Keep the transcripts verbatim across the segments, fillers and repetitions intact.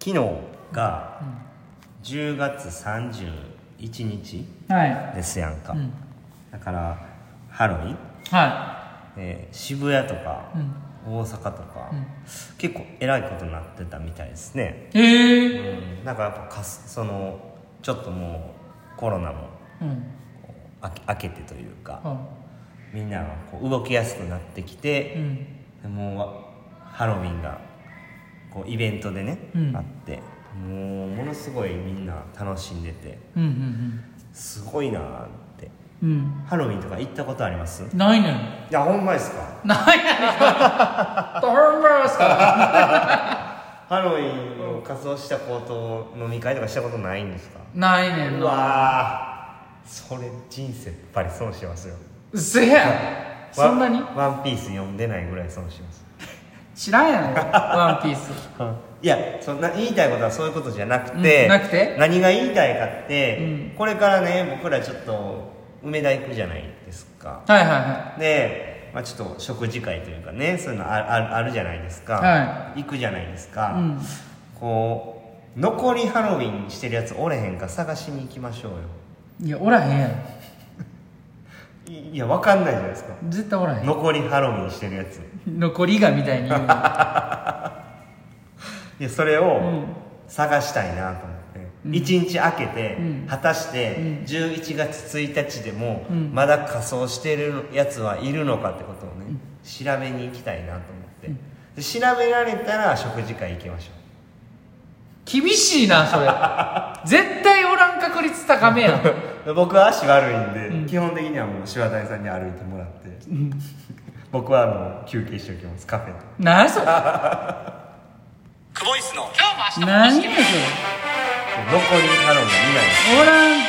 昨日がじゅうがつさんじゅういちにちですやんか、 はい、うん、 だからハロウィン、 はい、 えー、渋谷とか、うん、大阪とか、うん、結構えらいことになってたみたいですね。 へえ、 うん、なんかやっぱかすそのちょっともうコロナも、うん、あ明けてというか、うん、みんながこう動きやすくなってきて、うん、でもうハロウィンがこうイベントでね、うん、あってもうものすごいみんな楽しんでて、うんうんうん、すごいなって、うん、ハロウィンとか行ったことあります？ ないねん。いやほんまですか？ ないやねんほんまですかハロウィンを仮装した子と飲み会とかしたことないんですか？ ないねんな。 うわそれ人生やっぱり損しますよ。 うせやそんなにワンピース読んでないぐらい損します。 知らんやないワンピースいやそんな言いたいことはそういうことじゃなくて、うん、 なくて何が言いたいかって、うん、これからね僕らちょっと梅田行くじゃないですか。 はいはいはい。 で、まあ、ちょっと食事会というかねそういうのあ る, あるじゃないですか、はい、行くじゃないですか、うん、こう残りハロウィンしてるやつおれへんか探しに行きましょうよ。 いやおらへんやろいや分かんないじゃないですか。 絶対おらへん。 残りハロウィンしてるやつ残りがみたいに言ういやそれを探したいなと思って、うん、いちにち空けて、うん、果たしてじゅういちがつついたちでも、うん、まだ仮装してるやつはいるのかってことをね、うん、調べに行きたいなと思って、うん、で調べられたら食事会行きましょう。 厳しいなそれ絶対おらん確率高めやん僕は足悪いんで、うん、基本的にはもう柴谷さんに歩いてもらって、うん、僕はあの休憩しておきますカフェで。 何やそれクボイスの今日も明日も何やそれ。 残りハロウィン見ないです。 おらんって見ない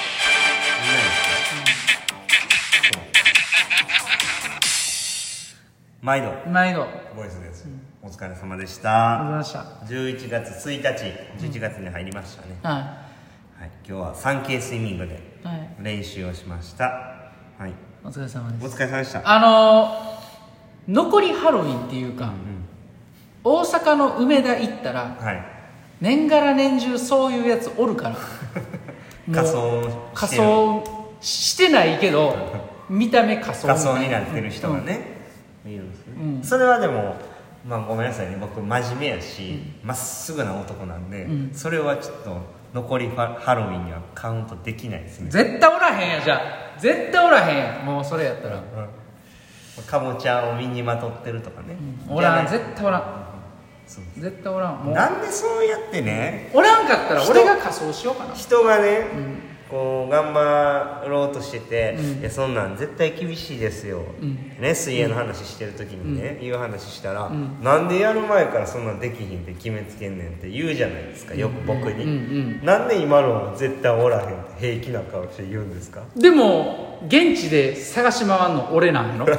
ですか、うん、毎度毎度クボイスです、うん、お疲れ様でした。お疲れ様でした。 じゅういちがつついたちじゅういちがつに入りましたね、うん、はい、はい、今日は サンケー スイミングで練習をしました、はい、 お疲れ様です。 お疲れ様でした。 あのー、残りハロウィンっていうか、うんうん、大阪の梅田行ったら、はい、年がら年中そういうやつおるから仮装して仮装してないけど見た目仮装仮装になってる人がね、うん、いるんですね、うん、それはでもまあごめんなさいね僕真面目やしま、うん、っすぐな男なんで、うん、それはちょっと残りハロウィンにはカウントできないですね。絶対おらへんや。じゃあ絶対おらへんやもうそれやったら、うん、 かぼちゃを身にまとってるとかね、 うん、おらん絶対おらん、うん、そう絶対おらん。もうなんでそうやってねおらんかったら俺が仮装しようかな。 人がね、うん、こう頑張ろうとしてて、うん、いやそんなん絶対厳しいですよ、うん、ね、水泳の話してる時にね、うん、いう話したら、うん、なんでやる前からそんなんできひんって決めつけんねんって言うじゃないですかよく僕に、うんうんうん、なんで今の絶対おらへんって平気な顔して言うんですか。 でも現地で探し回んの俺なんやろ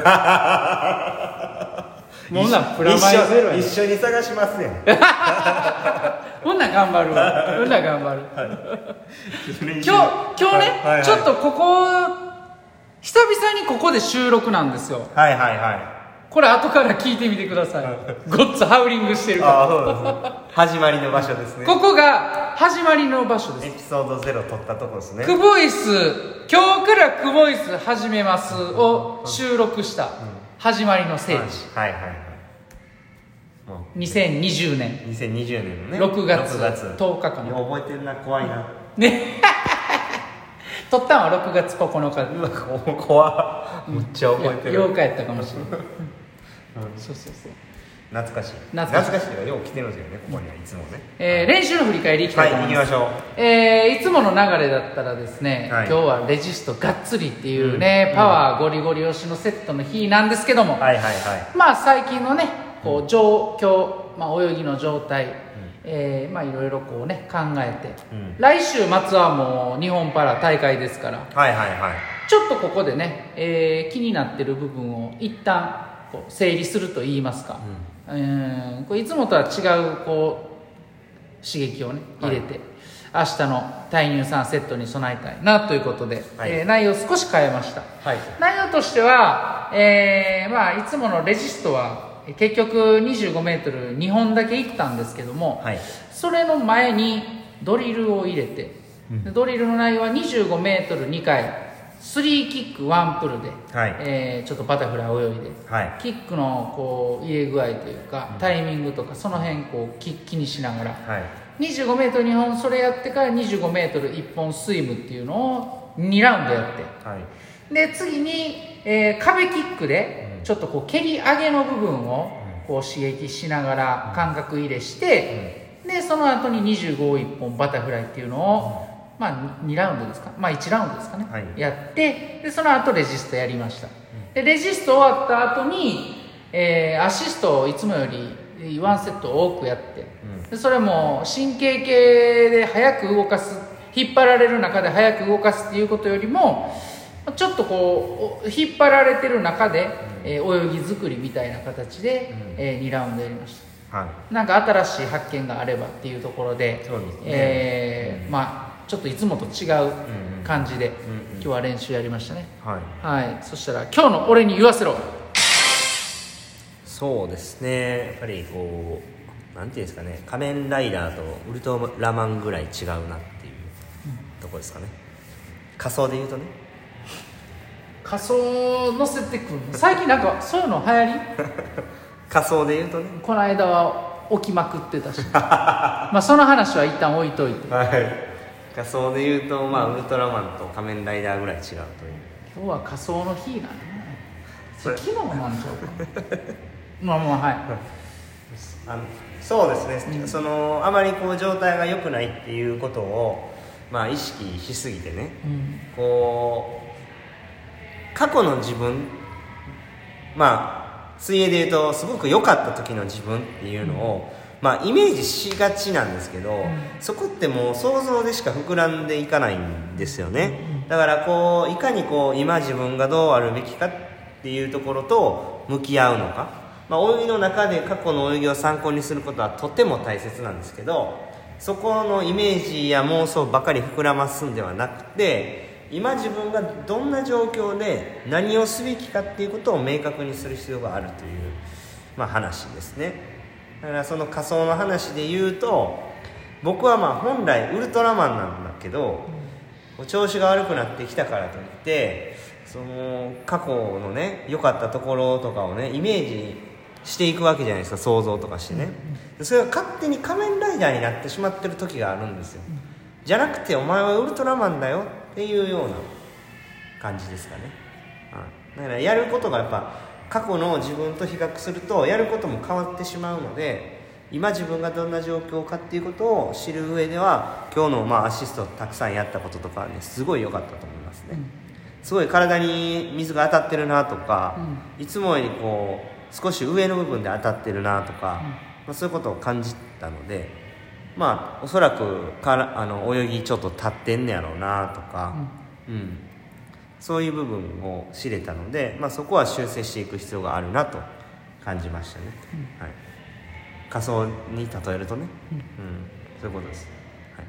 もうなプラマイゼロやん。 一緒に探しますやんほんな頑張るわほんな頑張る、はい、今日今日ね、はいはい、ちょっとここ久々にここで収録なんですよ。 はいはいはい。 これ後から聞いてみてくださいごっつハウリングしてるから。あそうです、ね、 始まりの場所ですね。 ここが始まりの場所です。 エピソードゼロ撮ったとこですね。 クボイス今日からクボイス始めますを収録した始まりの聖地、 はいはいはい、 にせんにじゅうねんにせんにじゅうねんのねろくがつとおかかな。 覚えてるな怖いなね撮ったんはろくがつここのか。 うわ怖っ、めっちゃ覚えてる。 妖怪やったかもしれない、うん、そうそうそう懐かしい懐かしい懐かしいがよう来てるんですよねここにはいつもね、 えー、練習の振り返りいきたいと思います。 はい行きましょう。 えー、いつもの流れだったらですね、はい、今日はレジストがっつりっていうね、うん、パワーゴリゴリ推しのセットの日なんですけども、はいはいはい、まあ最近のねこう状況、まあ、泳ぎの状態、うん、えー、まあいろいろこうね考えて、うん、来週末はもう日本パラ大会ですから、はいはいはい、ちょっとここでね、えー、気になってる部分を一旦こう整理すると言いますか、うん、えー、こういつもとは違うこう刺激をね入れて、はい、明日の対乳酸セットに備えたいなということで、はい、えー、内容を少し変えました、はい、内容としては、えーまあ、いつものレジストは結局にじゅうごメートルにほんだけ行ったんですけども、はい、それの前にドリルを入れて、うん、ドリルの内容はにじゅうごメートルにかいスリーキックワンプルで、はいえー、ちょっとバタフライ泳いで、はい、キックのこう入れ具合というか、うん、タイミングとかその辺こう気にしながら、はい、にじゅうごメートルにほんそれやってからにじゅうごメートルいっぽんスイムっていうのをにラウンドやって、はい、で次に、えー、壁キックでちょっとこう蹴り上げの部分をこう刺激しながら感覚入れして、うん、でその後ににじゅうごをいっぽんバタフライっていうのを、うんまあ、にラウンドですか、まあ、いちラウンドですかね、はい、やってでその後レジストやりました、うん、でレジスト終わった後に、えー、アシストをいつもよりワンセット多くやって、うん、でそれも神経系で早く動かす引っ張られる中で早く動かすっていうことよりもちょっとこう引っ張られてる中で、うんえー、泳ぎ作りみたいな形で、うんえー、にラウンドやりました、はい、なんか新しい発見があればっていうところでそうですね、えーうん、まあちょっといつもと違う感じで、うんうん、今日は練習やりましたね、はいはい、そしたら今日の俺に言わせろ。 そうですねやっぱりこうなんていうんですかね仮面ライダーとウルトラマンぐらい違うなっていうところですかね、仮装で言うとね仮装乗せてくる最近なんかそういうの流行り仮装で言うとねこの間は起きまくってたしまあその話は一旦置いといて、 はい仮装でいうと、まあ、ウルトラマンと仮面ライダーぐらい違うという。 今日は仮装の日なんね。それ昨日なんちゃうかまあまあはいあのそうですね、うん、そのあまりこう状態が良くないっていうことを、まあ、意識しすぎてね、うん、こう過去の自分まあ水泳でいうとすごく良かった時の自分っていうのを、うんまあ、イメージしがちなんですけど、うん、そこってもう想像でしか膨らんでいかないんですよね、うん、だからこういかにこう今自分がどうあるべきかっていうところと向き合うのか、まあ、泳ぎの中で過去の泳ぎを参考にすることはとても大切なんですけどそこのイメージや妄想ばかり膨らますんではなくて今自分がどんな状況で何をすべきかっていうことを明確にする必要があるという、まあ、話ですね。だからその仮想の話で言うと僕はまあ本来ウルトラマンなんだけど、うん、調子が悪くなってきたからといってその過去のね良かったところとかをねイメージしていくわけじゃないですか想像とかしてね、うん、それが勝手に仮面ライダーになってしまってる時があるんですよ、うん、じゃなくてお前はウルトラマンだよっていうような感じですかね、うん、だからやることがやっぱ過去の自分と比較するとやることも変わってしまうので今自分がどんな状況かっていうことを知る上では今日のまあアシストたくさんやったこととかはねすごい良かったと思いますね、うん、すごい体に水が当たってるなとか、うん、いつもよりこう少し上の部分で当たってるなとか、うんまあ、そういうことを感じたのでまあおそらくからあの泳ぎちょっと立ってんねやろうなとか、うん、うんそういう部分を知れたので、まあ、そこは修正していく必要があるなと感じましたね、うんはい、仮想に例えるとね、うんうん、そういうことです、は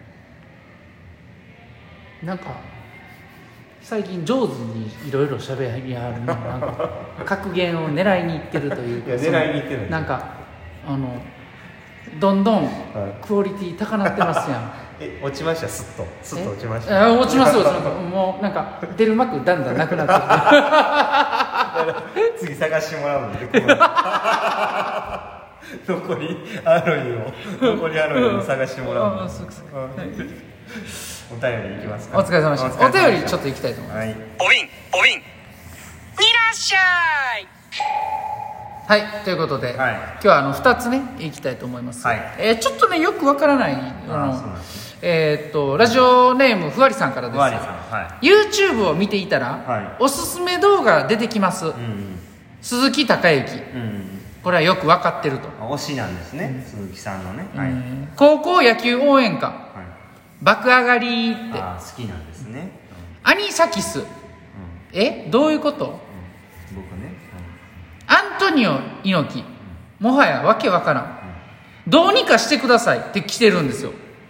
い、なんか最近上手にいろいろ喋りあるななんか格言を狙いにいってるというかいや狙いにいってるなんかあのどんどんクオリティ高なってますやんえ落ちましたスッとスッと落ちました落ちますよなんかもうなんか出る幕だんだんなくなってる次探してもらうんで残りアロイを残りアロイを探してもらうんでお便りいきますか、 お疲れ様でした。お便りちょっといきたいと思います、はい、 おびんおびんいらっしゃい。 はい、ということで、はい、今日はあのふたつねいきたいと思います、はいえー、ちょっとねよくわからないあのあ、ねえー、っとラジオネームふわりさんからです。ふわりさん、はい、YouTube を見ていたら、はい、おすすめ動画が出てきます、うんうん、鈴木孝之、うんうん、これはよく分かってると推しなんですね、うん、鈴木さんのね、はい、 高校野球応援歌、はい、爆上がりってあ好きなんですね、 うん、アニサキス、うん、えどういうこと、うん、僕ね、うん、アントニオ猪木、うん、もはやわけわからん、うん、どうにかしてくださいって来てるんですよ、うん、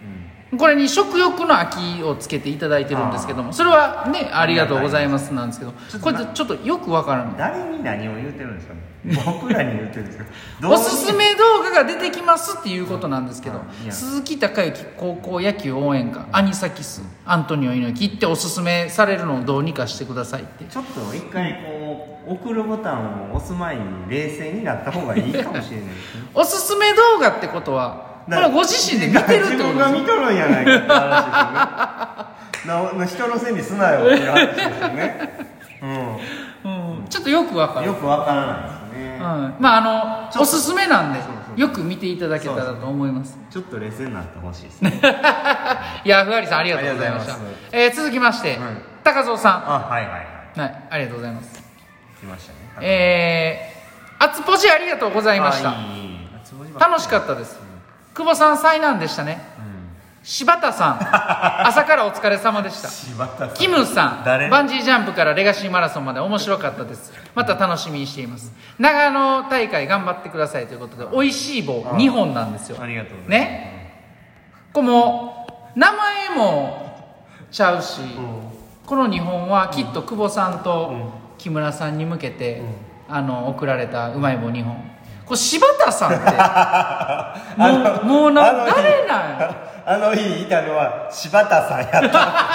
これに食欲の秋をつけていただいてるんですけども、それはねありがとうございますなんですけど、これちょっとよくわからない。 誰に何を言うてるんですかね。僕らに言ってるんですか。 おすすめ動画が出てきますっていうことなんですけど、鈴木孝之高校野球応援歌アニサキスアントニオ猪木っておすすめされるのをどうにかしてくださいって。 ちょっと一回こう送るボタンを押す前に冷静になった方がいいかもしれないですね。 おすすめ動画ってことはこれご自身で見てるってことです。 自分が見とるんやないかって話ですよね。な人のせいにすなよっていう話ですよね。 うん、うん、ちょっとよくわからない。 よくわからないですね。 うん、まああのおすすめなんでよく見ていただけたらと思います。 ちょっと冷静になってほしいですね。 いやふわりさんありがとうございました。えー、続きまして、うん、高蔵さん。 あはいはいはい。 はい、ありがとうございます。 来ましたね。 えー、あつぽじありがとうございました。いい楽しかったです。うん、久保さん災難でしたね。柴田さん朝からお疲れ様でした。 柴田さん、 キムさんバンジージャンプからレガシーマラソンまで面白かったです。また楽しみにしています。長野大会頑張ってくださいということで、おいしい棒にほんなんですよ。 ありがとうございます。 ね、これも名前もちゃうし、うん、このにほんはきっと久保さんと木村さんに向けて、うん、あの送られたうまい棒にほん。これ柴田さんってもうもうな誰なんあの日いたのは柴田さんやった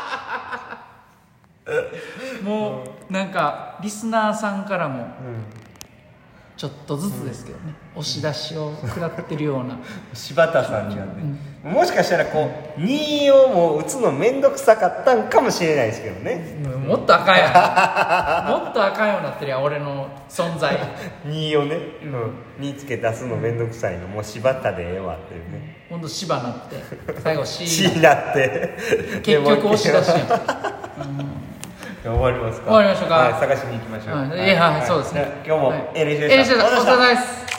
もうなんかリスナーさんからもちょっとずつですけどね、うん、押し出しを食らってるような柴田さんにはね、うん、もしかしたらこうにをもう打つのめんどくさかったんかもしれないですけどね、 うん、もっとあかんやんもっとあかんようになってるやん俺の存在にをね、うん、につけ出すのめんどくさいのもう柴田でええわっていうね、 ほんと柴なって最後 C になって結局押し出しやん、うん、 終わりますか。 終わりましょうか。 はい、探しに行きましょう。 はい、はいはい、そうですね。 今日も エルジーでした。お疲れ様です。